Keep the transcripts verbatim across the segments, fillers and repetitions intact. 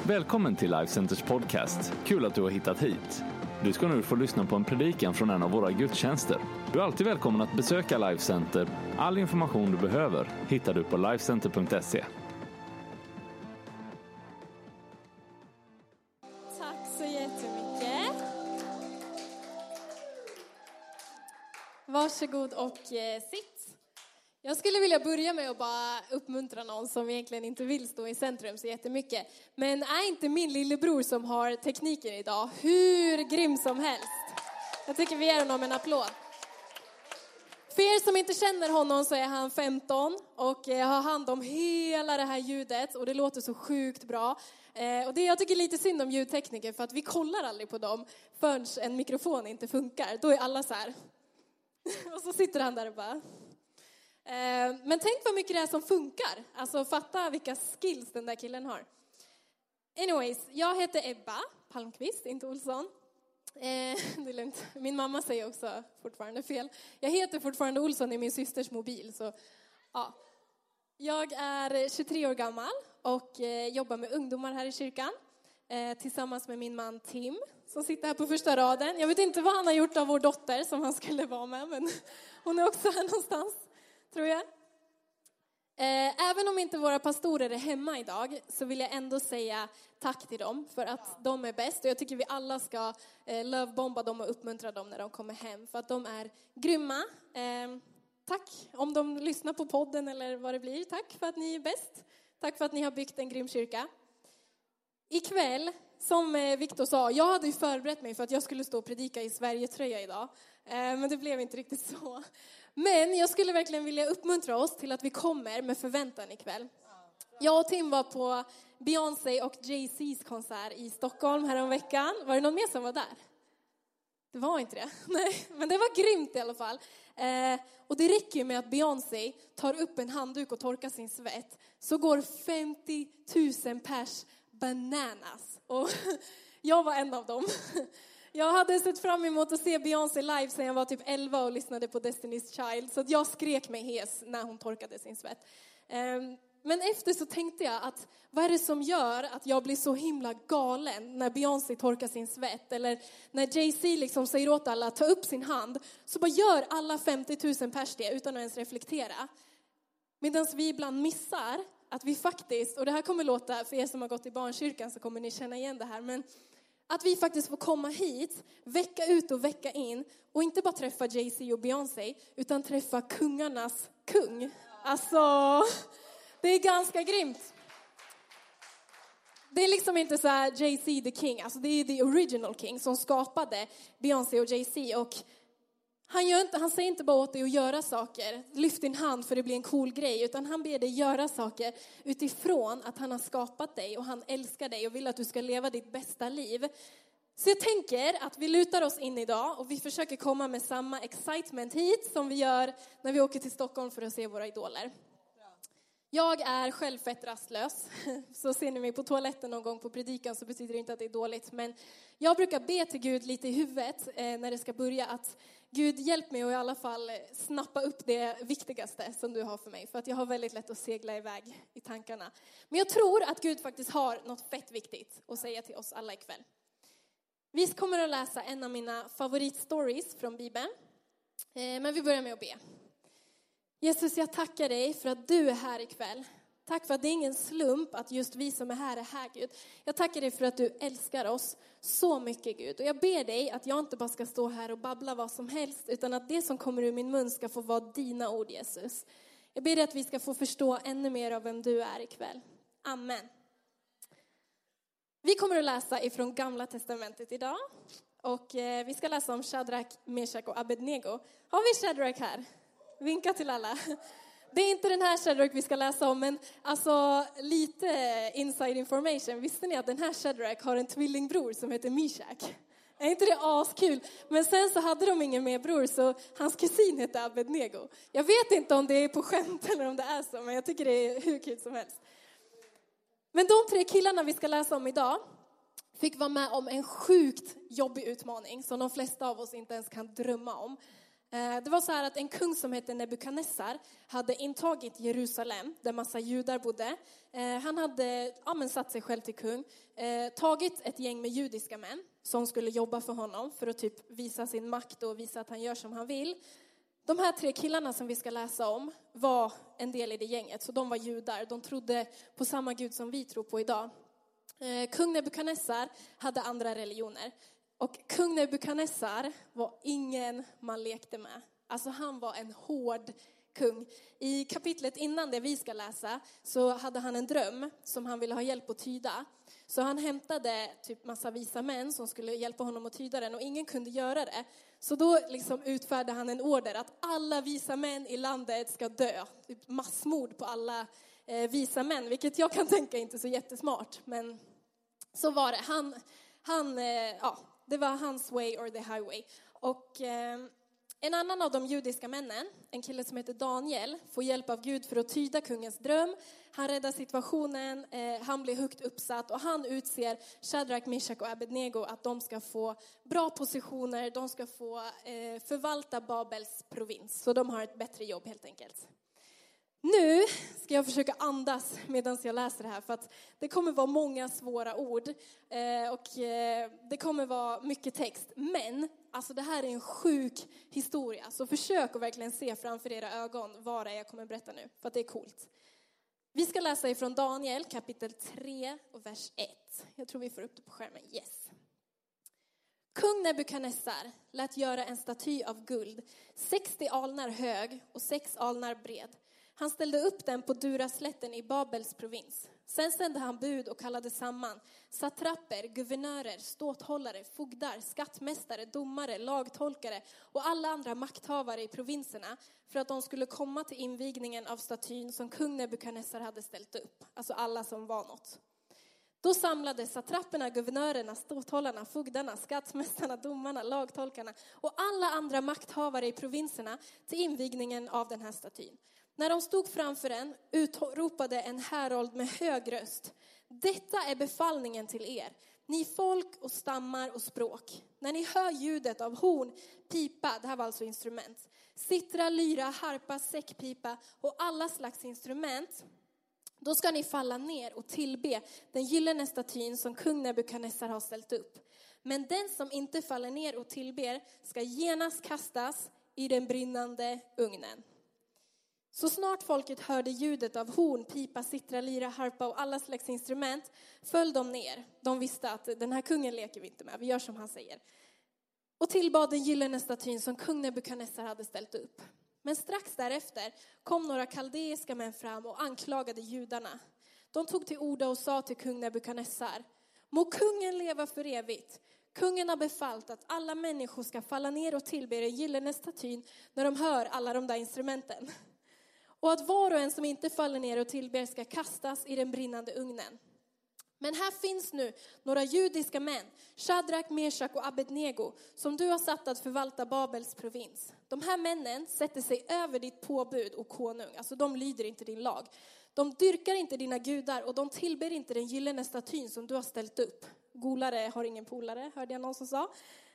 Välkommen till Life Centers podcast. Kul att du har hittat hit. Du ska nu få lyssna på en predikan från en av våra gudstjänster. Du är alltid välkommen att besöka Life Center. All information du behöver hittar du på lifecenter punkt se. Tack så jättemycket. Varsågod och eh, sitt. Jag skulle vilja börja med att bara uppmuntra någon som egentligen inte vill stå i centrum så jättemycket. Men är inte min lillebror som har tekniken idag hur grym som helst? Jag tycker vi ger honom en applåd. För er som inte känner honom så är han femton och har hand om hela det här ljudet. Och det låter så sjukt bra. Och det jag tycker lite synd om ljudtekniker för att vi kollar aldrig på dem förrän en mikrofon inte funkar. Då är alla så här. Och så sitter han där och bara... Men tänk vad mycket det är som funkar. Alltså fatta vilka skills den där killen har. Anyways, jag heter Ebba Palmqvist, inte Olsson. Eh, det är lugnt. Min mamma säger också fortfarande fel. Jag heter fortfarande Olsson i min systers mobil. Så, ja. Jag är tjugotre år gammal och eh, jobbar med ungdomar här i kyrkan. Eh, tillsammans med min man Tim som sitter här på första raden. Jag vet inte vad han har gjort av vår dotter som han skulle vara med. Men hon är också här någonstans. Tror jag. Även om inte våra pastorer är hemma idag så vill jag ändå säga tack till dem för att de är bäst. Och jag tycker vi alla ska lovebomba dem och uppmuntra dem när de kommer hem. För att de är grymma. Tack om de lyssnar på podden eller vad det blir. Tack för att ni är bäst. Tack för att ni har byggt en grym kyrka. Ikväll, som Victor sa, jag hade ju förberett mig för att jag skulle stå och predika i Sverige-tröja idag. Men det blev inte riktigt så. Men jag skulle verkligen vilja uppmuntra oss till att vi kommer med förväntan ikväll. Jag och Tim var på Beyoncé och Jay-Z's konsert i Stockholm häromveckan. Var det någon mer som var där? Det var inte det. Nej, men det var grymt i alla fall. Eh, och det räcker ju med att Beyoncé tar upp en handduk och torkar sin svett. Så går femtio tusen pers bananas. Och jag var en av dem. Jag hade sett fram emot att se Beyoncé live sedan jag var typ elva och lyssnade på Destiny's Child. Så att jag skrek mig hes när hon torkade sin svett. Men efter så tänkte jag att vad är det som gör att jag blir så himla galen när Beyoncé torkar sin svett? Eller när Jay-Z liksom säger åt alla att ta upp sin hand. Så bara gör alla femtio tusen pers det utan att ens reflektera. Medan vi ibland missar att vi faktiskt, och det här kommer låta, för er som har gått i barnkyrkan så kommer ni känna igen det här. Men att vi faktiskt får komma hit, vecka ut och vecka in. Och inte bara träffa Jay-Z och Beyoncé, utan träffa kungarnas kung. Alltså, det är ganska grymt. Det är liksom inte så här Jay-Z the king. Alltså det är the original king som skapade Beyoncé och Jay-Z. Och han, gör inte, han säger inte bara åt dig att göra saker. Lyft din hand för det blir en cool grej. Utan han ber dig göra saker utifrån att han har skapat dig. Och han älskar dig och vill att du ska leva ditt bästa liv. Så jag tänker att vi lutar oss in idag. Och vi försöker komma med samma excitement hit som vi gör när vi åker till Stockholm för att se våra idoler. Jag är själv fett rastlös. Så ser ni mig på toaletten någon gång på predikan så betyder det inte att det är dåligt. Men jag brukar be till Gud lite i huvudet när det ska börja att Gud, hjälp mig att i alla fall snappa upp det viktigaste som du har för mig. För att jag har väldigt lätt att segla iväg i tankarna. Men jag tror att Gud faktiskt har något fett viktigt att säga till oss alla ikväll. Vi kommer att läsa en av mina favoritstories från Bibeln. Men vi börjar med att be. Jesus, jag tackar dig för att du är här ikväll. Tack för att det är ingen slump att just vi som är här är här, Gud. Jag tackar dig för att du älskar oss så mycket, Gud. Och jag ber dig att jag inte bara ska stå här och babbla vad som helst, utan att det som kommer ur min mun ska få vara dina ord, Jesus. Jag ber dig att vi ska få förstå ännu mer av vem du är ikväll. Amen. Vi kommer att läsa ifrån Gamla testamentet idag. Och eh, vi ska läsa om Shadrach, Meshach och Abednego. Har vi Shadrach här? Vinka till alla. Det är inte den här Shadrach vi ska läsa om, men alltså lite inside information. Visste ni att den här Shadrach har en tvillingbror som heter Meshach? Är inte det askul? Men sen så hade de ingen mer bror, så hans kusin heter Abednego. Jag vet inte om det är på skämt eller om det är så, men jag tycker det är hur kul som helst. Men de tre killarna vi ska läsa om idag fick vara med om en sjukt jobbig utmaning som de flesta av oss inte ens kan drömma om. Det var så här att en kung som hette Nebukadnessar hade intagit Jerusalem där massa judar bodde. Han hade ja, men satt sig själv till kung. Tagit ett gäng med judiska män som skulle jobba för honom för att typ visa sin makt och visa att han gör som han vill. De här tre killarna som vi ska läsa om var en del i det gänget. Så de var judar. De trodde på samma Gud som vi tror på idag. Kung Nebukadnessar hade andra religioner. Och kung Nebukadnessar var ingen man lekte med. Alltså han var en hård kung. I kapitlet innan det vi ska läsa så hade han en dröm som han ville ha hjälp att tyda. Så han hämtade typ massa visa män som skulle hjälpa honom att tyda den och ingen kunde göra det. Så då liksom utfärdade han en order att alla visa män i landet ska dö. Typ massmord på alla eh, visa män, vilket jag kan tänka inte så jättesmart. Men så var det. Han, han, eh, ja, det var hans way or the highway. Och eh, en annan av de judiska männen, en kille som heter Daniel, får hjälp av Gud för att tyda kungens dröm. Han räddar situationen, eh, han blir högt uppsatt och han utser Shadrach, Meshach och Abednego att de ska få bra positioner. De ska få eh, förvalta Babels provins, så de har ett bättre jobb helt enkelt. Nu ska jag försöka andas medan jag läser det här för att det kommer vara många svåra ord eh, och eh, det kommer vara mycket text. Men alltså det här är en sjuk historia, så försök att verkligen se framför era ögon vad det är jag kommer berätta nu, för att det är coolt. Vi ska läsa ifrån Daniel kapitel tre och vers ett. Jag tror vi får upp det på skärmen. Yes. Kung Nebukadnessar lät göra en staty av guld, sextio alnar hög och sex alnar bred. Han ställde upp den på Duraslätten i Babels provins. Sen sände han bud och kallade samman satrapper, guvernörer, ståthållare, fogdar, skattmästare, domare, lagtolkare och alla andra makthavare i provinserna för att de skulle komma till invigningen av statyn som kung Nebukadnessar hade ställt upp. Alltså alla som var något. Då samlade satrapperna, guvernörerna, ståthållarna, fogdarna, skattmästarna, domarna, lagtolkarna och alla andra makthavare i provinserna till invigningen av den här statyn. När de stod framför den utropade en härold med hög röst: detta är befallningen till er, ni folk och stammar och språk. När ni hör ljudet av horn, pipa, det här var alltså instrument, sittra, lyra, harpa, säckpipa och alla slags instrument, då ska ni falla ner och tillbe den gyllene statyn som kung Nebukadnessar har ställt upp. Men den som inte faller ner och tillber ska genast kastas i den brinnande ugnen. Så snart folket hörde ljudet av horn, pipa, sittra, lyra, harpa och alla slags instrument föll de ner. De visste att den här kungen leker vi inte med, vi gör som han säger. Och tillbad den gyllene statyn som kung Nebukadnessar hade ställt upp. Men strax därefter kom några kaldeiska män fram och anklagade judarna. De tog till orda och sa till kung Nebukadnessar: må kungen leva för evigt. Kungen har befallt att alla människor ska falla ner och tillbe den gyllene statyn när de hör alla de där instrumenten. Och att var och en som inte faller ner och tillber ska kastas i den brinnande ugnen. Men här finns nu några judiska män, Shadrach, Meshach och Abednego, som du har satt att förvalta Babels provins. De här männen sätter sig över ditt påbud och konung, alltså de lyder inte din lag. De dyrkar inte dina gudar och de tillber inte den gyllene statyn som du har ställt upp. Golare har ingen polare, hörde jag någon som sa.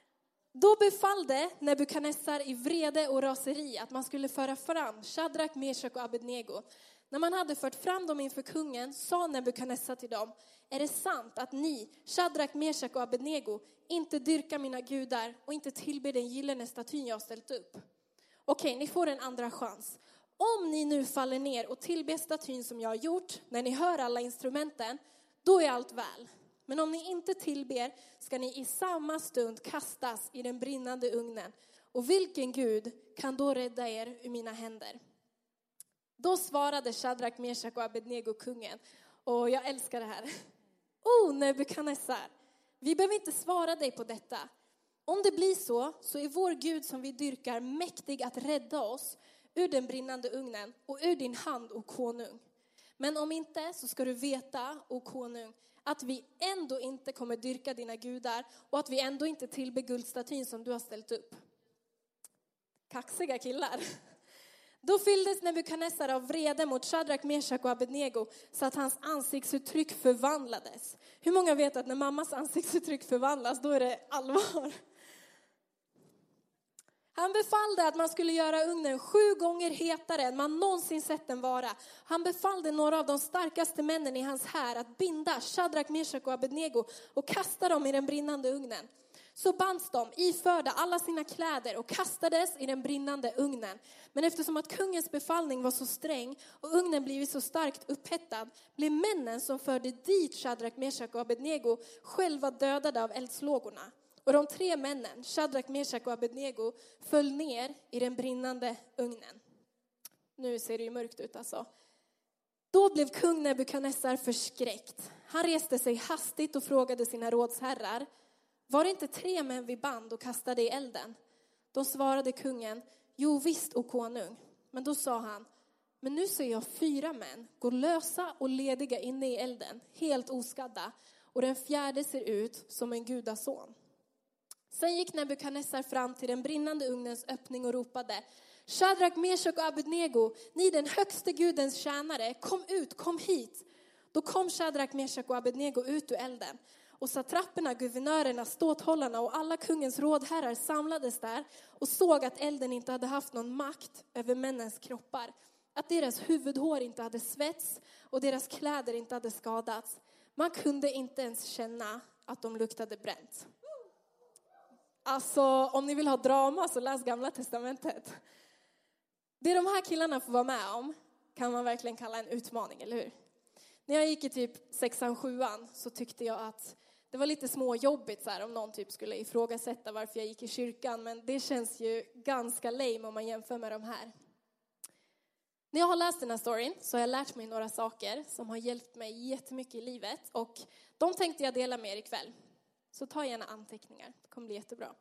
Då befallde Nebukadnessar i vrede och raseri att man skulle föra fram Shadrach, Meshach och Abednego. När man hade fört fram dem inför kungen sa Nebukadnessar till dem: är det sant att ni, Shadrach, Meshach och Abednego, inte dyrkar mina gudar och inte tillber den gyllene statyn jag har ställt upp? Okej, ni får en andra chans. Om ni nu faller ner och tillber statyn som jag har gjort, när ni hör alla instrumenten, då är allt väl. Men om ni inte tillber ska ni i samma stund kastas i den brinnande ugnen. Och vilken Gud kan då rädda er ur mina händer? Då svarade Shadrach, Meshach och Abednego kungen. Och jag älskar det här. Oh, Nebukadnessar, vi behöver inte svara dig på detta. Om det blir så, så är vår Gud som vi dyrkar mäktig att rädda oss ur den brinnande ugnen och ur din hand, o konung. Men om inte, så ska du veta, o konung, att vi ändå inte kommer dyrka dina gudar och att vi ändå inte tillber guldstatyn som du har ställt upp. Kaxiga killar. Då fylldes Nebukadnessar av vrede mot Shadrach, Meshach och Abednego så att hans ansiktsuttryck förvandlades. Hur många vet att när mammas ansiktsuttryck förvandlas, då är det allvar? Han befallde att man skulle göra ugnen sju gånger hetare än man någonsin sett den vara. Han befallde några av de starkaste männen i hans här att binda Shadrak, Meshach och Abednego och kasta dem i den brinnande ugnen. Så bands de, iförda alla sina kläder och kastades i den brinnande ugnen. Men eftersom att kungens befallning var så sträng och ugnen blivit så starkt upphettad, blev männen som förde dit Shadrak, Meshach och Abednego själva dödade av eldslågorna. Och de tre männen, Shadrak, Meshach och Abednego, föll ner i den brinnande ugnen. Nu ser det ju mörkt ut alltså. Då blev kung Nebukadnessar förskräckt. Han reste sig hastigt och frågade sina rådsherrar: var det inte tre män vid band och kastade i elden? Då svarade kungen: jo visst, o konung. Men då sa han: men nu ser jag fyra män gå lösa och lediga inne i elden, helt oskadda. Och den fjärde ser ut som en gudason. Sen gick Nebukadnessar fram till den brinnande ugnens öppning och ropade: Shadrak, Meshach och Abednego, ni den högste gudens tjänare, kom ut, kom hit. Då kom Shadrak, Meshach och Abednego ut ur elden. Och satrapperna, guvernörerna, ståthållarna och alla kungens rådherrar samlades där och såg att elden inte hade haft någon makt över männens kroppar. Att deras huvudhår inte hade svets och deras kläder inte hade skadats. Man kunde inte ens känna att de luktade bränt. Alltså, om ni vill ha drama så läs Gamla testamentet. Det de här killarna får vara med om kan man verkligen kalla en utmaning, eller hur? När jag gick i typ sexan, sjuan så tyckte jag att det var lite småjobbigt så här, om någon typ skulle ifrågasätta varför jag gick i kyrkan. Men det känns ju ganska lame om man jämför med de här. När jag har läst den här storyn så har jag lärt mig några saker som har hjälpt mig jättemycket i livet. Och de tänkte jag dela med er ikväll. Så ta gärna anteckningar, det kommer bli jättebra.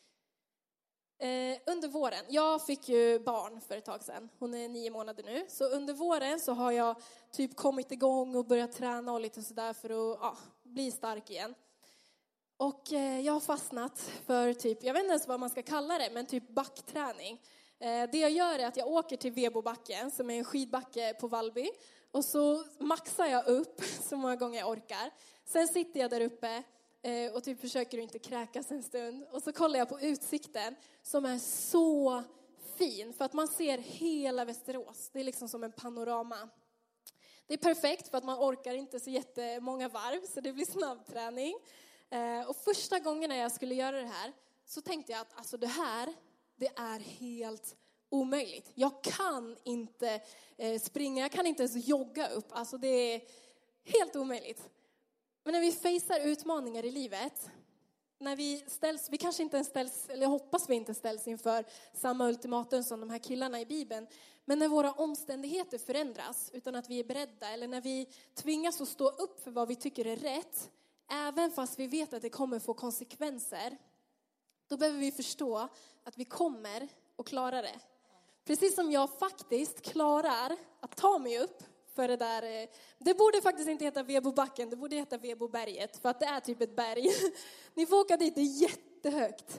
Eh, under våren, jag fick ju barn för ett tag sedan, hon är nio månader nu. Så under våren så har jag typ kommit igång och börjat träna och lite sådär för att ja, bli stark igen. Och eh, jag har fastnat för typ, jag vet inte ens vad man ska kalla det, men typ backträning. Eh, det jag gör är att jag åker till Vebobacken som är en skidbacke på Vallby. Och så maxar jag upp så många gånger jag orkar. Sen sitter jag där uppe och typ försöker inte kräkas en stund. Och så kollar jag på utsikten som är så fin. För att man ser hela Västerås. Det är liksom som en panorama. Det är perfekt för att man orkar inte så jättemånga varv. Så det blir snabbträning. Och första gången när jag skulle göra det här så tänkte jag att alltså det här, det är helt omöjligt. Jag kan inte springa, jag kan inte ens jogga upp. Alltså det är helt omöjligt. Men när vi facear utmaningar i livet, när vi ställs, vi kanske inte ens ställs, eller jag hoppas vi inte ställs inför samma ultimatum som de här killarna i Bibeln. Men när våra omständigheter förändras utan att vi är beredda, eller när vi tvingas att stå upp för vad vi tycker är rätt, även fast vi vet att det kommer få konsekvenser, då behöver vi förstå att vi kommer att klara det. Precis som jag faktiskt klarar att ta mig upp. För det där, det borde faktiskt inte heta Vebobacken, det borde heta Veboberget. För att det är typ ett berg. Ni får åka dit, det är jättehögt.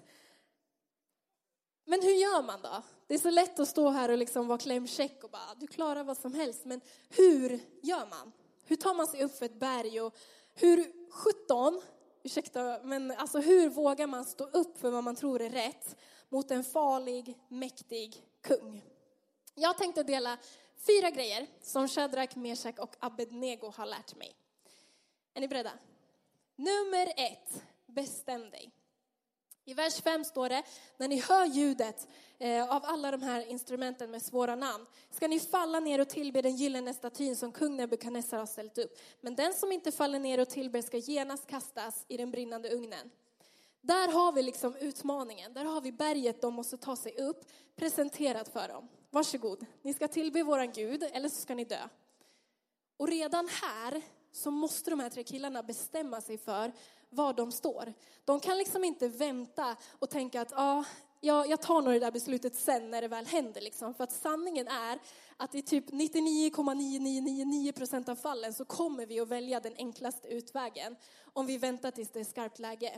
Men hur gör man då? Det är så lätt att stå här och liksom vara klämkäck och bara, du klarar vad som helst. Men hur gör man? Hur tar man sig upp för ett berg? Och hur sjutton, ursäkta, men alltså hur vågar man stå upp för vad man tror är rätt mot en farlig, mäktig kung? Jag tänkte dela fyra grejer som Shadrak, Meshach och Abednego har lärt mig. Är ni beredda? Nummer ett, bestäm dig. I vers fem står det, när ni hör ljudet eh, av alla de här instrumenten med svåra namn, ska ni falla ner och tillbe den gyllene statyn som kung Nebukadnessar har ställt upp. Men den som inte faller ner och tillber ska genast kastas i den brinnande ugnen. Där har vi liksom utmaningen. Där har vi berget de måste ta sig upp, presenterat för dem. Varsågod, ni ska tillbe våran Gud eller så ska ni dö. Och redan här så måste de här tre killarna bestämma sig för var de står. De kan liksom inte vänta och tänka att ah, ja, jag tar nog det där beslutet sen när det väl händer. Liksom. För att sanningen är att i typ nittionio komma nio nio nio nio procent av fallen så kommer vi att välja den enklaste utvägen om vi väntar tills det är skarpt läge.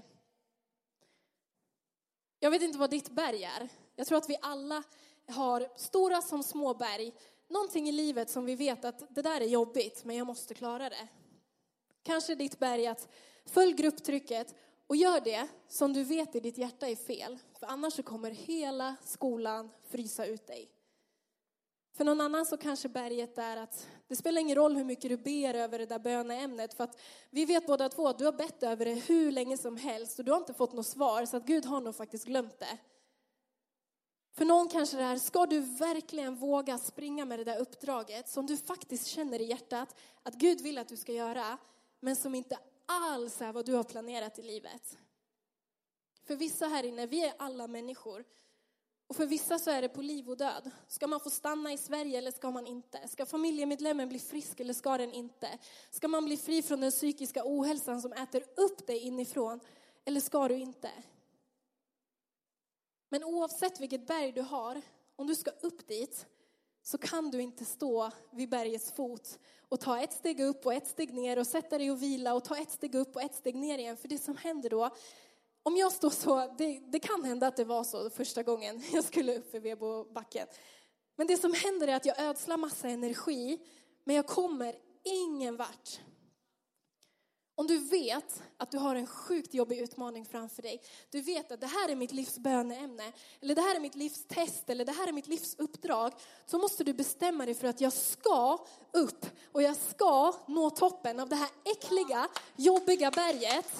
Jag vet inte vad ditt berg är. Jag tror att vi alla har stora som små berg. Någonting i livet som vi vet att det där är jobbigt men jag måste klara det. Kanske ditt berg att följ grupptrycket Och gör det som du vet i ditt hjärta är fel. För annars så kommer hela skolan frysa ut dig. För någon annan så kanske berget är att det spelar ingen roll hur mycket du ber över det där böneämnet. För att vi vet båda två att du har bett över det hur länge som helst. Och du har inte fått något svar, så att Gud har nog faktiskt glömt det. För någon kanske det är, ska du verkligen våga springa med det där uppdraget som du faktiskt känner i hjärtat att Gud vill att du ska göra, men som inte alls är vad du har planerat i livet. För vissa här inne, vi är alla människor. Och för vissa så är det på liv och död. Ska man få stanna i Sverige eller ska man inte? Ska familjemedlemmen bli frisk eller ska den inte? Ska man bli fri från den psykiska ohälsan som äter upp dig inifrån eller ska du inte? Men oavsett vilket berg du har, om du ska upp dit så kan du inte stå vid bergets fot och ta ett steg upp och ett steg ner och sätta dig och vila och ta ett steg upp och ett steg ner igen. För det som händer då, om jag står så, det, det kan hända att det var så första gången jag skulle upp för Vebobacken. Men det som händer är att jag ödslar massa energi, men jag kommer ingen vart. Om du vet att du har en sjukt jobbig utmaning framför dig. Du vet att det här är mitt livs böneämne. Eller det här är mitt livs test. Eller det här är mitt livs uppdrag. Så måste du bestämma dig för att jag ska upp. Och jag ska nå toppen av det här äckliga, jobbiga berget.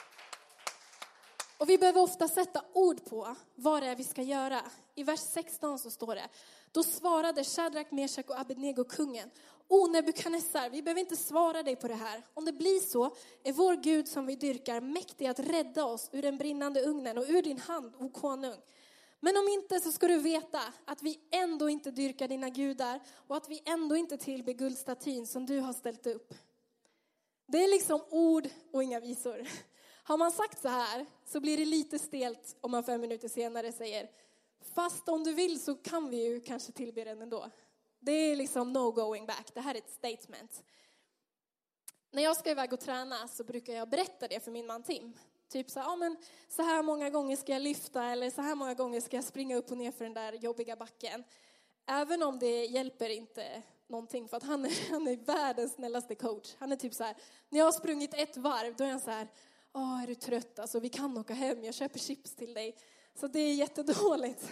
Och vi behöver ofta sätta ord på vad det är vi ska göra. I vers sexton så står det. Då svarade Shadrak, Meshach och Abednego kungen. O Nebukadnessar, vi behöver inte svara dig på det här. Om det blir så är vår Gud som vi dyrkar mäktig att rädda oss ur den brinnande ugnen och ur din hand, o konung. Men om inte så ska du veta att vi ändå inte dyrkar dina gudar och att vi ändå inte tillber guldstatyn som du har ställt upp. Det är liksom ord och inga visor. Har man sagt så här så blir det lite stelt om man fem minuter senare säger fast om du vill så kan vi ju kanske tillbe den ändå. Det är liksom no going back. Det här är ett statement. När jag ska iväg och träna så brukar jag berätta det för min man Tim. Typ så här, ja, men så här många gånger ska jag lyfta eller så här många gånger ska jag springa upp och ner för den där jobbiga backen. Även om det hjälper inte någonting för att han är, han är världens snällaste coach. Han är typ så här, när jag har sprungit ett varv då är han så här, åh är du trött? Alltså vi kan åka hem, jag köper chips till dig. Så det är jättedåligt.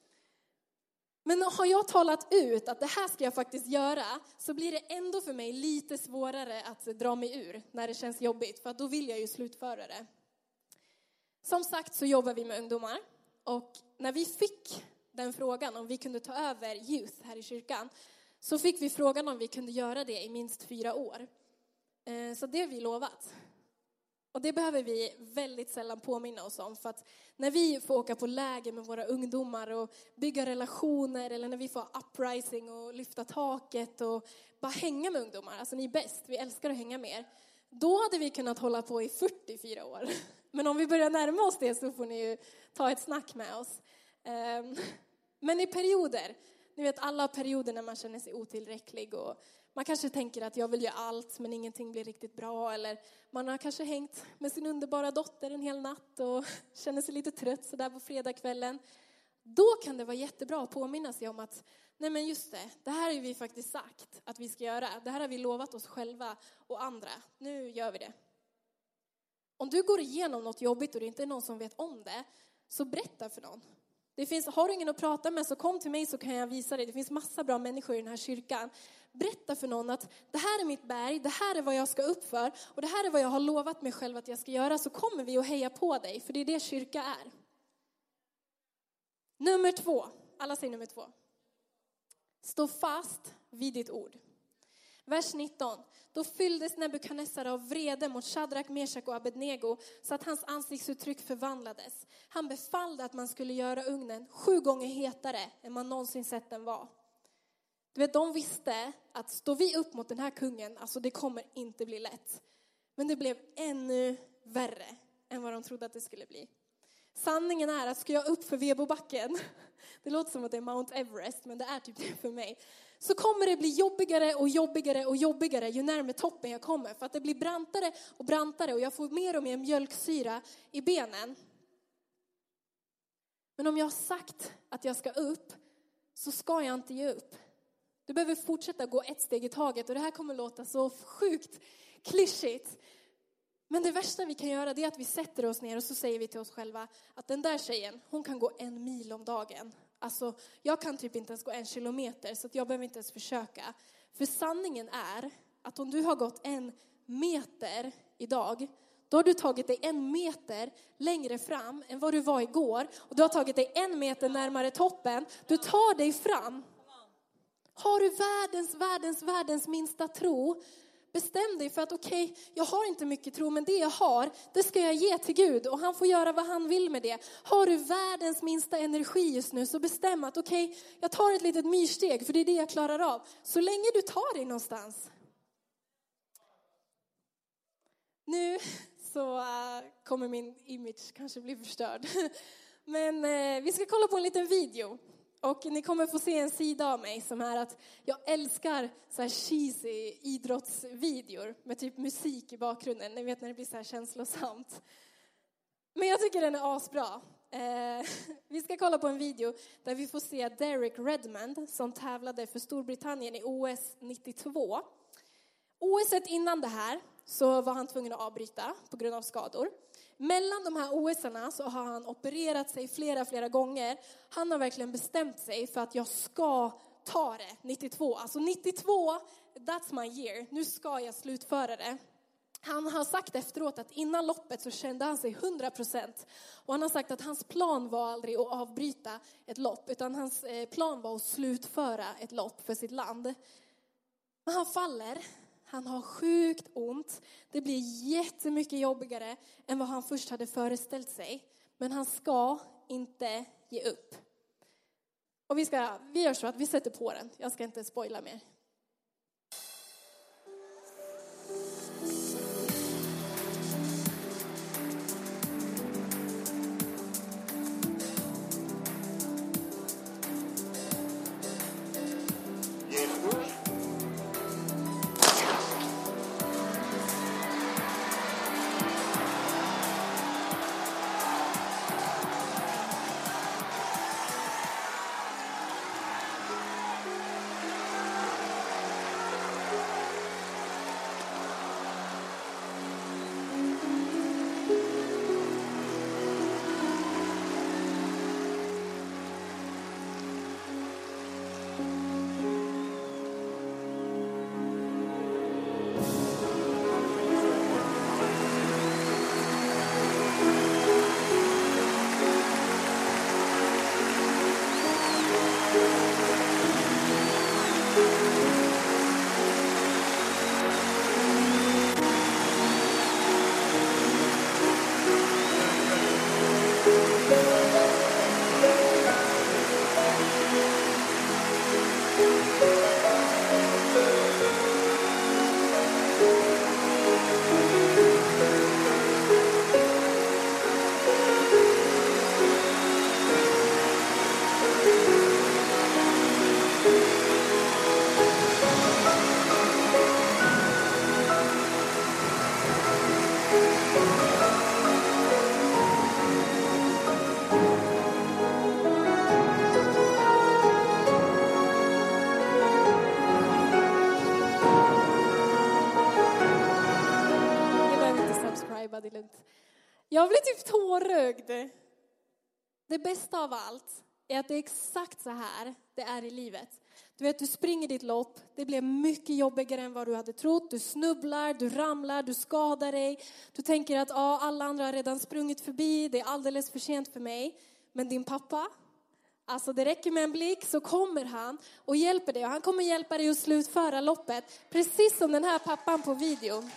Men har jag talat ut att det här ska jag faktiskt göra så blir det ändå för mig lite svårare att dra mig ur när det känns jobbigt. För då vill jag ju slutföra det. Som sagt så jobbar vi med ungdomar. Och när vi fick den frågan om vi kunde ta över youth här i kyrkan så fick vi frågan om vi kunde göra det i minst fyra år. Så det har vi lovat. Och det behöver vi väldigt sällan påminna oss om. För att när vi får åka på läger med våra ungdomar och bygga relationer. Eller när vi får uprising och lyfta taket och bara hänga med ungdomar. Alltså ni är bäst, vi älskar att hänga med er. Då hade vi kunnat hålla på i fyrtiofyra år. Men om vi börjar närma oss det så får ni ju ta ett snack med oss. Men i perioder, ni vet alla perioder när man känner sig otillräcklig och man kanske tänker att jag vill göra allt men ingenting blir riktigt bra. Eller man har kanske hängt med sin underbara dotter en hel natt och känner sig lite trött så där på fredagskvällen. Då kan det vara jättebra att påminna sig om att nej men just det, det här har vi faktiskt sagt att vi ska göra. Det här har vi lovat oss själva och andra. Nu gör vi det. Om du går igenom något jobbigt och det inte är någon som vet om det så berätta för någon. Det finns, har du ingen att prata med så kom till mig så kan jag visa dig. Det finns massa bra människor i den här kyrkan. Berätta för någon att det här är mitt berg, det här är vad jag ska upp för. Och det här är vad jag har lovat mig själv att jag ska göra. Så kommer vi att heja på dig, för det är det kyrka är. Nummer två, alla säger nummer två. Stå fast vid ditt ord. Vers nitton. Då fylldes Nebukadnessar av vrede mot Shadrak, Meshach och Abednego så att hans ansiktsuttryck förvandlades. Han befallde att man skulle göra ugnen sju gånger hetare än man någonsin sett den var. Du vet, de visste att står vi upp mot den här kungen, alltså det kommer inte bli lätt. Men det blev ännu värre än vad de trodde att det skulle bli. Sanningen är att ska jag upp för Vebobacken, det låter som att det är Mount Everest, men det är typ det för mig. Så kommer det bli jobbigare och jobbigare och jobbigare ju närmare toppen jag kommer. För att det blir brantare och brantare och jag får mer och mer mjölksyra i benen. Men om jag har sagt att jag ska upp så ska jag inte ge upp. Du behöver fortsätta gå ett steg i taget och det här kommer låta så sjukt klyschigt. Men det värsta vi kan göra det är att vi sätter oss ner och så säger vi till oss själva att den där tjejen, hon kan gå en mil om dagen. Alltså, jag kan typ inte ens gå en kilometer så att jag behöver inte ens försöka. För sanningen är att om du har gått en meter idag, då har du tagit dig en meter längre fram än vad du var igår. Och du har tagit dig en meter närmare toppen. Du tar dig fram. Har du världens, världens, världens minsta tro, bestäm dig för att okej, okay, jag har inte mycket tro, men det jag har, det ska jag ge till Gud. Och han får göra vad han vill med det. Har du världens minsta energi just nu, så bestäm att okej, okay, jag tar ett litet myrsteg, för det är det jag klarar av. Så länge du tar dig någonstans. Nu så uh, kommer min image kanske bli förstörd. Men uh, vi ska kolla på en liten video. Och ni kommer få se en sida av mig som är att jag älskar så här cheesy idrottsvideor med typ musik i bakgrunden. Ni vet när det blir så här känslosamt. Men jag tycker den är asbra. Eh, vi ska kolla på en video där vi får se Derek Redmond som tävlade för Storbritannien i O S nittiotvå. O S-et innan det här så var han tvungen att avbryta på grund av skador. Mellan de här O S-erna så har han opererat sig flera, flera gånger. Han har verkligen bestämt sig för att jag ska ta det nittiotvå. Alltså nittiotvå, that's my year. Nu ska jag slutföra det. Han har sagt efteråt att innan loppet så kände han sig hundra procent. Och han har sagt att hans plan var aldrig att avbryta ett lopp. Utan hans plan var att slutföra ett lopp för sitt land. Men han faller. Han har sjukt ont. Det blir jättemycket jobbigare än vad han först hade föreställt sig. Men han ska inte ge upp. Och vi, ska, vi gör så att vi sätter på den. Jag ska inte spoila mer. Jag blir typ tårögd. Det bästa av allt är att det är exakt så här det är i livet. Du vet, du springer ditt lopp. Det blir mycket jobbigare än vad du hade trott. Du snubblar, du ramlar, du skadar dig. Du tänker att ah, alla andra har redan sprungit förbi. Det är alldeles för sent för mig. Men din pappa, alltså det räcker med en blick så kommer han och hjälper dig. Och han kommer hjälpa dig att slutföra loppet. Precis som den här pappan på videon.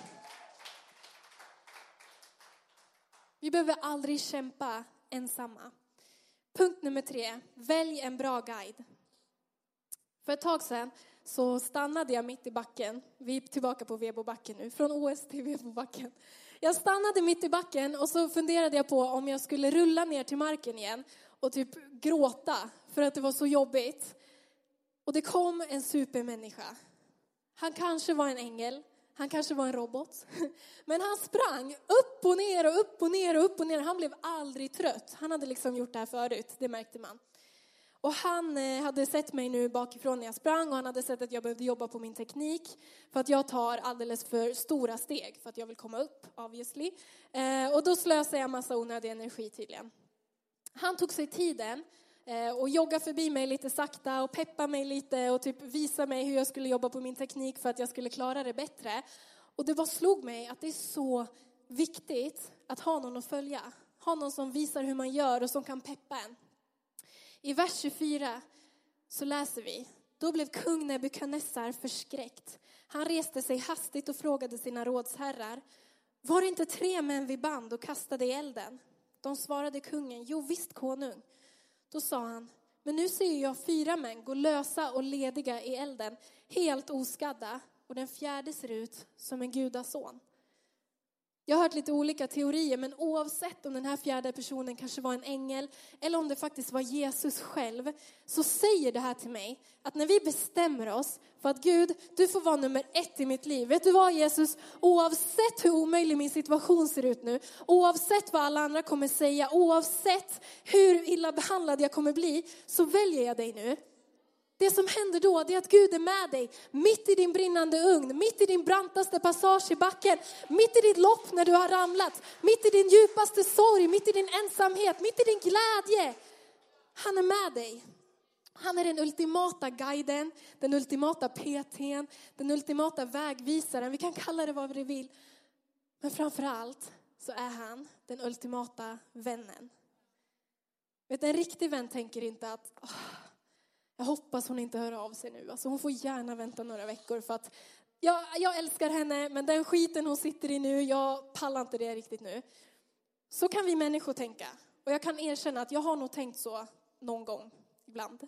Vi behöver aldrig kämpa ensamma. Punkt nummer tre. Välj en bra guide. För ett tag sedan så stannade jag mitt i backen. Vi är tillbaka på Vebobacken nu. Från O S till Vebobacken. Jag stannade mitt i backen och så funderade jag på om jag skulle rulla ner till marken igen. Och typ gråta för att det var så jobbigt. Och det kom en supermänniska. Han kanske var en ängel. Han kanske var en robot. Men han sprang upp och ner och upp och ner och upp och ner. Han blev aldrig trött. Han hade liksom gjort det här förut, det märkte man. Och han eh, hade sett mig nu bakifrån när jag sprang och han hade sett att jag behövde jobba på min teknik. För att jag tar alldeles för stora steg för att jag vill komma upp, obviously. Eh, och då slösar jag massa onödig energi tydligen. Han tog sig tiden eh, och joggade förbi mig lite sakta och peppade mig lite och typ visade mig hur jag skulle jobba på min teknik för att jag skulle klara det bättre. Och det bara slog mig att det är så viktigt att ha någon att följa. Ha någon som visar hur man gör och som kan peppa en. I vers tjugofyra så läser vi: då blev kung Nebukadnessar förskräckt. Han reste sig hastigt och frågade sina rådsherrar: var det inte tre män vid band och kastade i elden? De svarade kungen: jo visst konung. Då sa han: men nu ser jag fyra män gå lösa och lediga i elden, helt oskadda, och den fjärde ser ut som en gudason. Jag har hört lite olika teorier, men oavsett om den här fjärde personen kanske var en ängel eller om det faktiskt var Jesus själv, så säger det här till mig att när vi bestämmer oss för att Gud, du får vara nummer ett i mitt liv. Vet du vad Jesus, oavsett hur omöjlig min situation ser ut nu, oavsett vad alla andra kommer säga, oavsett hur illa behandlad jag kommer bli, så väljer jag dig nu. Det som händer då, det är att Gud är med dig mitt i din brinnande ugn, mitt i din brantaste passage i backen, mitt i ditt lopp när du har ramlat, mitt i din djupaste sorg, mitt i din ensamhet, mitt i din glädje. Han är med dig. Han är den ultimata guiden, den ultimata P T:n, den ultimata vägvisaren. Vi kan kalla det vad vi vill. Men framförallt så är han den ultimata vännen. Vet, en riktig vän tänker inte att åh, jag hoppas hon inte hör av sig nu. Alltså hon får gärna vänta några veckor för att jag, jag älskar henne, men den skiten hon sitter i nu, jag pallar inte det riktigt nu. Så kan vi människor tänka. Och jag kan erkänna att jag har nog tänkt så någon gång ibland.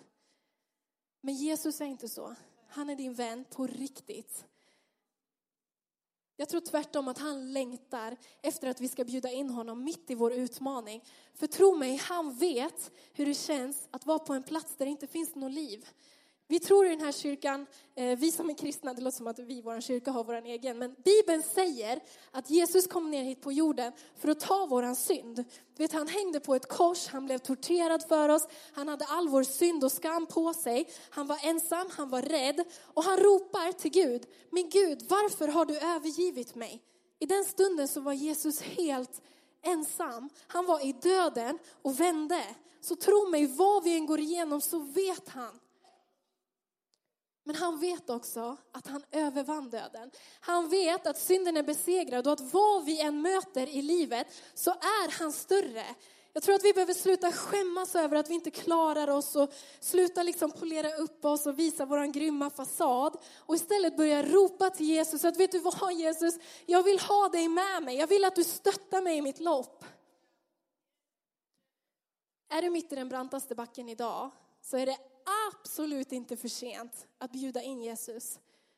Men Jesus är inte så. Han är din vän på riktigt. Jag tror tvärtom att han längtar efter att vi ska bjuda in honom mitt i vår utmaning. För tro mig, han vet hur det känns att vara på en plats där det inte finns något liv. Vi tror i den här kyrkan, eh, vi som är kristna, det låter som att vi i vår kyrka har vår egen. Men Bibeln säger att Jesus kom ner hit på jorden för att ta våran synd. Du vet, han hängde på ett kors, han blev torterad för oss. Han hade all vår synd och skam på sig. Han var ensam, han var rädd. Och han ropar till Gud: men Gud, varför har du övergivit mig? I den stunden så var Jesus helt ensam. Han var i döden och vände. Så tro mig, vad vi än går igenom så vet han. Men han vet också att han övervann döden. Han vet att synden är besegrad och att vad vi än möter i livet så är han större. Jag tror att vi behöver sluta skämmas över att vi inte klarar oss och sluta liksom polera upp oss och visa våran grymma fasad. Och istället börja ropa till Jesus att vet du vad Jesus, jag vill ha dig med mig. Jag vill att du stöttar mig i mitt lopp. Är du mitt i den brantaste backen idag så är det absolut inte för sent att bjuda in Jesus.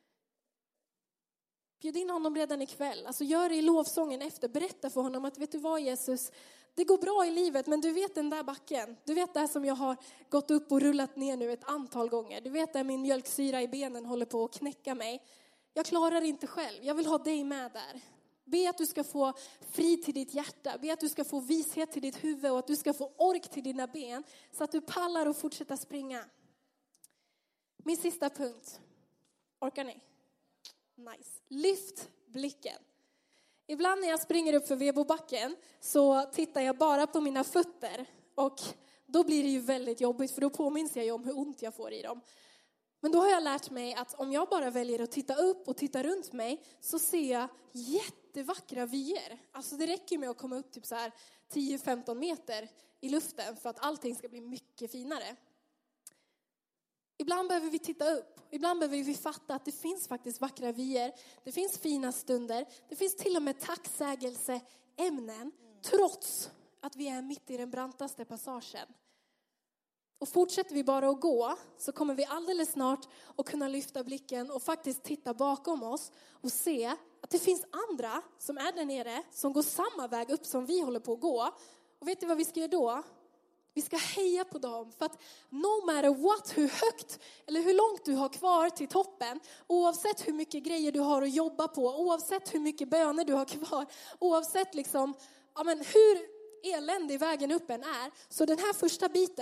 Bjud in honom redan ikväll. Alltså gör det i lovsången efter. Berätta för honom att vet du vad Jesus, det går bra i livet men du vet den där backen. Du vet det här som jag har gått upp och rullat ner nu ett antal gånger. Du vet där min mjölksyra i benen håller på att knäcka mig. Jag klarar det inte själv. Jag vill ha dig med där. Be att du ska få frid till ditt hjärta. Be att du ska få vishet till ditt huvud och att du ska få ork till dina ben. Så att du pallar och fortsätta springa. Min sista punkt. Orkar ni? Nice. Lyft blicken. Ibland när jag springer upp för Vebobacken så tittar jag bara på mina fötter. Och då blir det ju väldigt jobbigt för då påminns jag ju om hur ont jag får i dem. Men då har jag lärt mig att om jag bara väljer att titta upp och titta runt mig så ser jag jättevackra vyer. Alltså det räcker med att komma upp typ så här tio femton meter i luften för att allting ska bli mycket finare. Ibland behöver vi titta upp. Ibland behöver vi fatta att det finns faktiskt vackra vyer. Det finns fina stunder. Det finns till och med tacksägelseämnen. Trots att vi är mitt i den brantaste passagen. Och fortsätter vi bara att gå så kommer vi alldeles snart att kunna lyfta blicken och faktiskt titta bakom oss och se att det finns andra som är där nere som går samma väg upp som vi håller på att gå. Och vet du vad vi ska göra då? Vi ska heja på dem för att no matter what, hur högt eller hur långt du har kvar till toppen, oavsett hur mycket grejer du har att jobba på, oavsett hur mycket böner du har kvar, oavsett liksom, ja men hur eländig vägen upp än är, så den här första biten,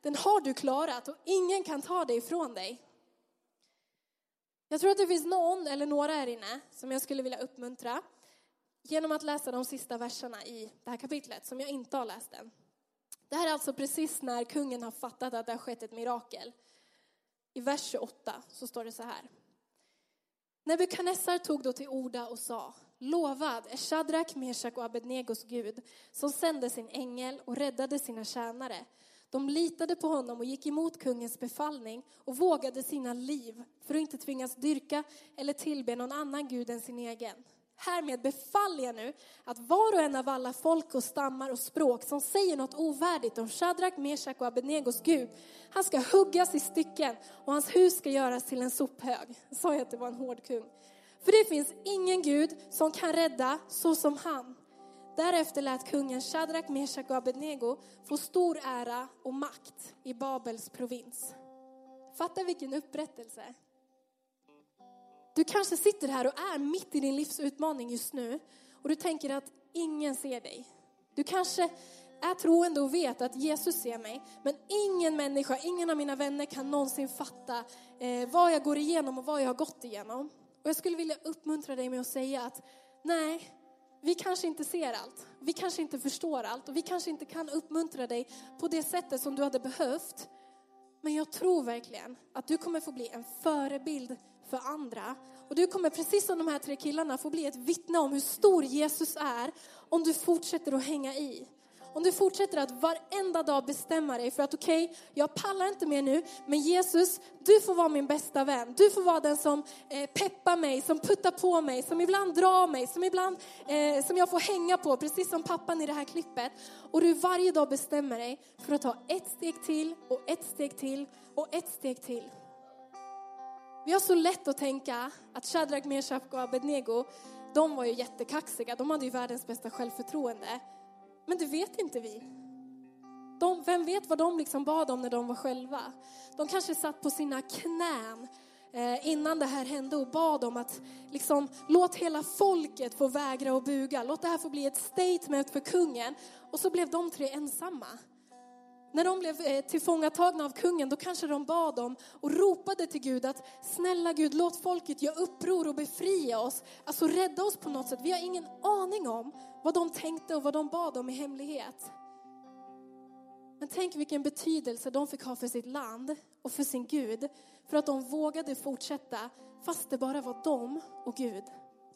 den har du klarat och ingen kan ta det ifrån dig. Jag tror att det finns någon eller några här inne som jag skulle vilja uppmuntra genom att läsa de sista verserna i det här kapitlet som jag inte har läst än. Det här är alltså precis när kungen har fattat att det har skett ett mirakel. I vers tjugoåtta så står det så här. Nebukadnessar tog då till orda och sa: lovad är Shadrak, Meshach och Abednegos Gud som sände sin ängel och räddade sina tjänare. De litade på honom och gick emot kungens befallning och vågade sina liv för att inte tvingas dyrka eller tillbe någon annan gud än sin egen. Härmed befaller jag nu att var och en av alla folk och stammar och språk som säger något ovärdigt om Shadrak, Meshach och Abednegos Gud, han ska huggas i stycken och hans hus ska göras till en sophög. Jag sa ju att det var en hård kung. För det finns ingen Gud som kan rädda så som han. Därefter lät kungen Shadrak, Meshach och Abednego få stor ära och makt i Babels provins. Fatta vilken upprättelse. Du kanske sitter här och är mitt i din livsutmaning just nu. Och du tänker att ingen ser dig. Du kanske är troende och vet att Jesus ser mig. Men ingen människa, ingen av mina vänner kan någonsin fatta eh, vad jag går igenom och vad jag har gått igenom. Och jag skulle vilja uppmuntra dig med att säga att nej, vi kanske inte ser allt. Vi kanske inte förstår allt. Och vi kanske inte kan uppmuntra dig på det sättet som du hade behövt. Men jag tror verkligen att du kommer få bli en förebild för andra. Och du kommer precis som de här tre killarna få bli ett vittne om hur stor Jesus är om du fortsätter att hänga i. Om du fortsätter att varenda dag bestämma dig för att okej, okay, jag pallar inte mer nu. Men Jesus, du får vara min bästa vän. Du får vara den som eh, peppar mig, som puttar på mig, som ibland drar mig, som ibland eh, som jag får hänga på. Precis som pappan i det här klippet. Och du varje dag bestämmer dig för att ta ett steg till och ett steg till och ett steg till. Vi har så lätt att tänka att Shadrak, Meshach och Abednego, de var ju jättekaxiga. De hade ju världens bästa självförtroende. Men det vet inte vi. De, vem vet vad de liksom bad om när de var själva? De kanske satt på sina knän eh, innan det här hände och bad om att liksom, låt hela folket få vägra och buga. Låt det här få bli ett statement för kungen. Och så blev de tre ensamma. När de blev eh, tillfångatagna av kungen, då kanske de bad om och ropade till Gud att snälla Gud, låt folket göra uppror och befria oss. Alltså rädda oss på något sätt. Vi har ingen aning om vad de tänkte och vad de bad om i hemlighet. Men tänk vilken betydelse de fick ha för sitt land och för sin Gud. För att de vågade fortsätta fast det bara var de och Gud.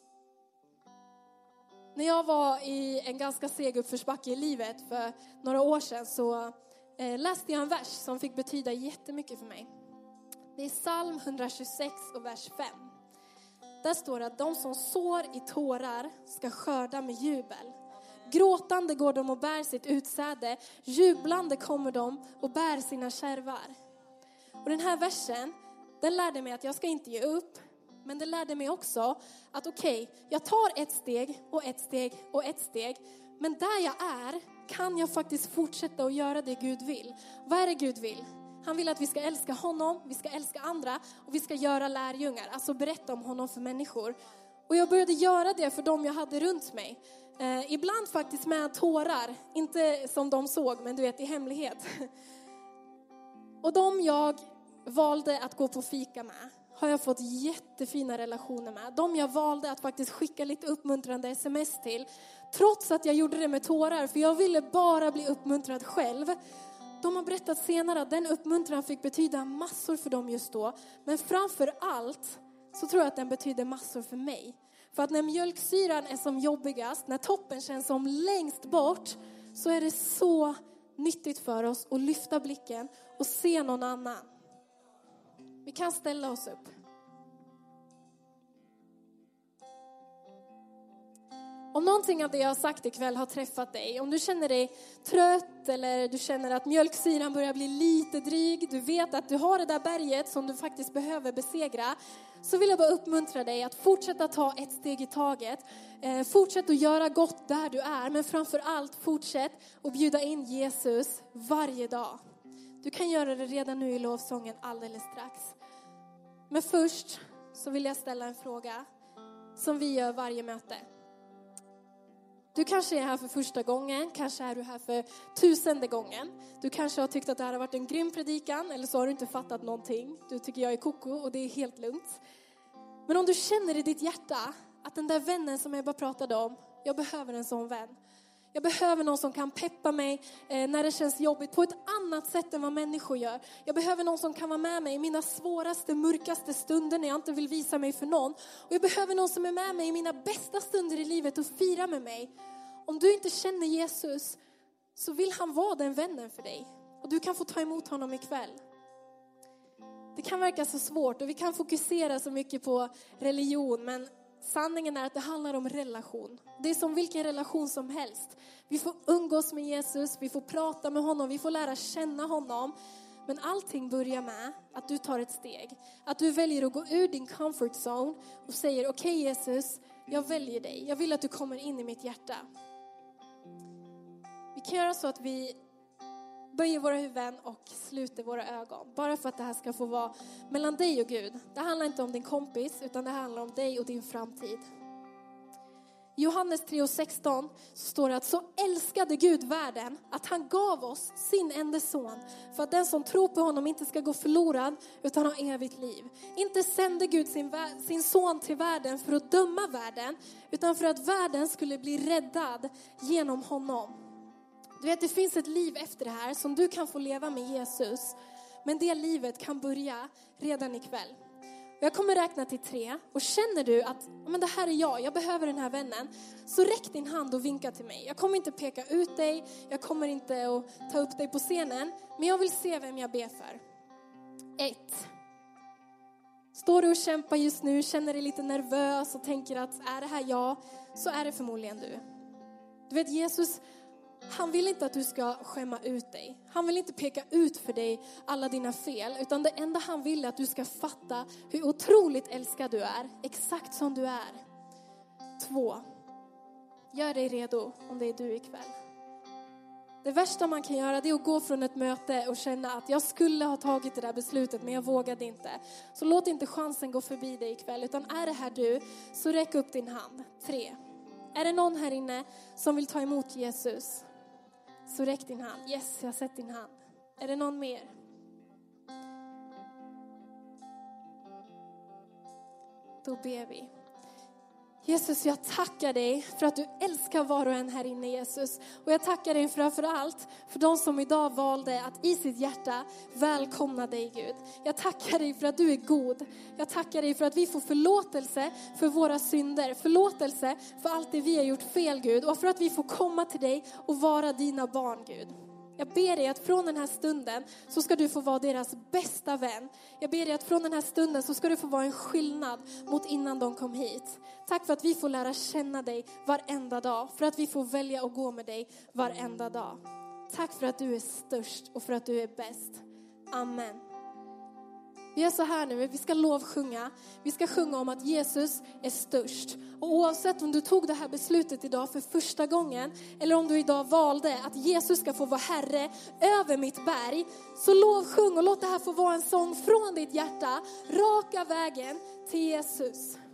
När jag var i en ganska seg uppförsbacke i livet för några år sedan så eh, läste jag en vers som fick betyda jättemycket för mig. Det är psalm etthundratjugosex och vers fem. Där står det att de som sår i tårar ska skörda med jubel. Gråtande går de och bär sitt utsäde. Jublande kommer de och bär sina kärvar. Och den här versen, den lärde mig att jag ska inte ge upp. Men det lärde mig också att okej, okay, jag tar ett steg och ett steg och ett steg. Men där jag är kan jag faktiskt fortsätta att göra det Gud vill. Vad är det Gud vill? Han vill att vi ska älska honom, vi ska älska andra och vi ska göra lärjungar. Alltså berätta om honom för människor. Och jag började göra det för dem jag hade runt mig. Eh, ibland faktiskt med tårar. Inte som de såg, men du vet i hemlighet. Och de jag valde att gå på fika med har jag fått jättefina relationer med. De jag valde att faktiskt skicka lite uppmuntrande sms till. Trots att jag gjorde det med tårar. För jag ville bara bli uppmuntrad själv. De har berättat senare att den uppmuntran fick betyda massor för dem just då. Men framför allt så tror jag att den betyder massor för mig. För att när mjölksyran är som jobbigast, när toppen känns som längst bort, så är det så nyttigt för oss att lyfta blicken och se någon annan. Vi kan ställa oss upp. Om någonting av det jag har sagt ikväll har träffat dig, om du känner dig trött eller du känner att mjölksyran börjar bli lite dryg, du vet att du har det där berget som du faktiskt behöver besegra, så vill jag bara uppmuntra dig att fortsätta ta ett steg i taget. Eh, fortsätt att göra gott där du är, men framför allt fortsätt att bjuda in Jesus varje dag. Du kan göra det redan nu i lovsången alldeles strax. Men först så vill jag ställa en fråga som vi gör varje möte. Du kanske är här för första gången, kanske är du här för tusende gången. Du kanske har tyckt att det här har varit en grym predikan, eller så har du inte fattat någonting. Du tycker jag är koko och det är helt lugnt. Men om du känner i ditt hjärta att den där vännen som jag bara pratade om, jag behöver en sån vän. Jag behöver någon som kan peppa mig eh, när det känns jobbigt på ett annat sätt än vad människor gör. Jag behöver någon som kan vara med mig i mina svåraste, mörkaste stunder när jag inte vill visa mig för någon. Och jag behöver någon som är med mig i mina bästa stunder i livet och fira med mig. Om du inte känner Jesus så vill han vara den vännen för dig. Och du kan få ta emot honom ikväll. Det kan verka så svårt och vi kan fokusera så mycket på religion, men sanningen är att det handlar om relation. Det är som vilken relation som helst. Vi får umgås med Jesus, vi får prata med honom, vi får lära känna honom. Men allting börjar med att du tar ett steg. Att du väljer att gå ur din comfort zone och säger okej okay, Jesus, jag väljer dig. Jag vill att du kommer in i mitt hjärta. Vi kan göra så att vi böjer våra huvuden och sluter våra ögon. Bara för att det här ska få vara mellan dig och Gud. Det handlar inte om din kompis, utan det handlar om dig och din framtid. I Johannes tre och sexton så står det att så älskade Gud världen att han gav oss sin enda son. För att den som tror på honom inte ska gå förlorad utan ha evigt liv. Inte sände Gud sin, sin son till världen för att döma världen, utan för att världen skulle bli räddad genom honom. Du vet, det finns ett liv efter det här som du kan få leva med Jesus. Men det livet kan börja redan ikväll. Jag kommer räkna till tre. Och känner du att men det här är jag, jag behöver den här vännen. Så räck din hand och vinka till mig. Jag kommer inte peka ut dig. Jag kommer inte att ta upp dig på scenen. Men jag vill se vem jag ber för. Ett. Står du och kämpar just nu, känner dig lite nervös och tänker att är det här jag, så är det förmodligen du. Du vet, Jesus, han vill inte att du ska skämma ut dig. Han vill inte peka ut för dig alla dina fel. Utan det enda han vill är att du ska fatta hur otroligt älskad du är. Exakt som du är. Två. Gör dig redo om det är du ikväll. Det värsta man kan göra det är att gå från ett möte och känna att jag skulle ha tagit det där beslutet men jag vågade inte. Så låt inte chansen gå förbi dig ikväll. Utan är det här du, så räck upp din hand. Tre. Är det någon här inne som vill ta emot Jesus? Så räck din hand. Yes, jag har sett din hand. Är det någon mer? Då ber vi. Jesus, jag tackar dig för att du älskar var och en här inne, Jesus. Och jag tackar dig framför allt för de som idag valde att i sitt hjärta välkomna dig, Gud. Jag tackar dig för att du är god. Jag tackar dig för att vi får förlåtelse för våra synder. Förlåtelse för allt det vi har gjort fel, Gud. Och för att vi får komma till dig och vara dina barn, Gud. Jag ber dig att från den här stunden så ska du få vara deras bästa vän. Jag ber dig att från den här stunden så ska du få vara en skillnad mot innan de kom hit. Tack för att vi får lära känna dig varenda dag. För att vi får välja att gå med dig varenda dag. Tack för att du är störst och för att du är bäst. Amen. Vi gör så här nu, vi ska lovsjunga. Vi ska sjunga om att Jesus är störst. Och oavsett om du tog det här beslutet idag för första gången, eller om du idag valde att Jesus ska få vara herre över mitt berg, så lovsjung och låt det här få vara en sång från ditt hjärta, raka vägen till Jesus.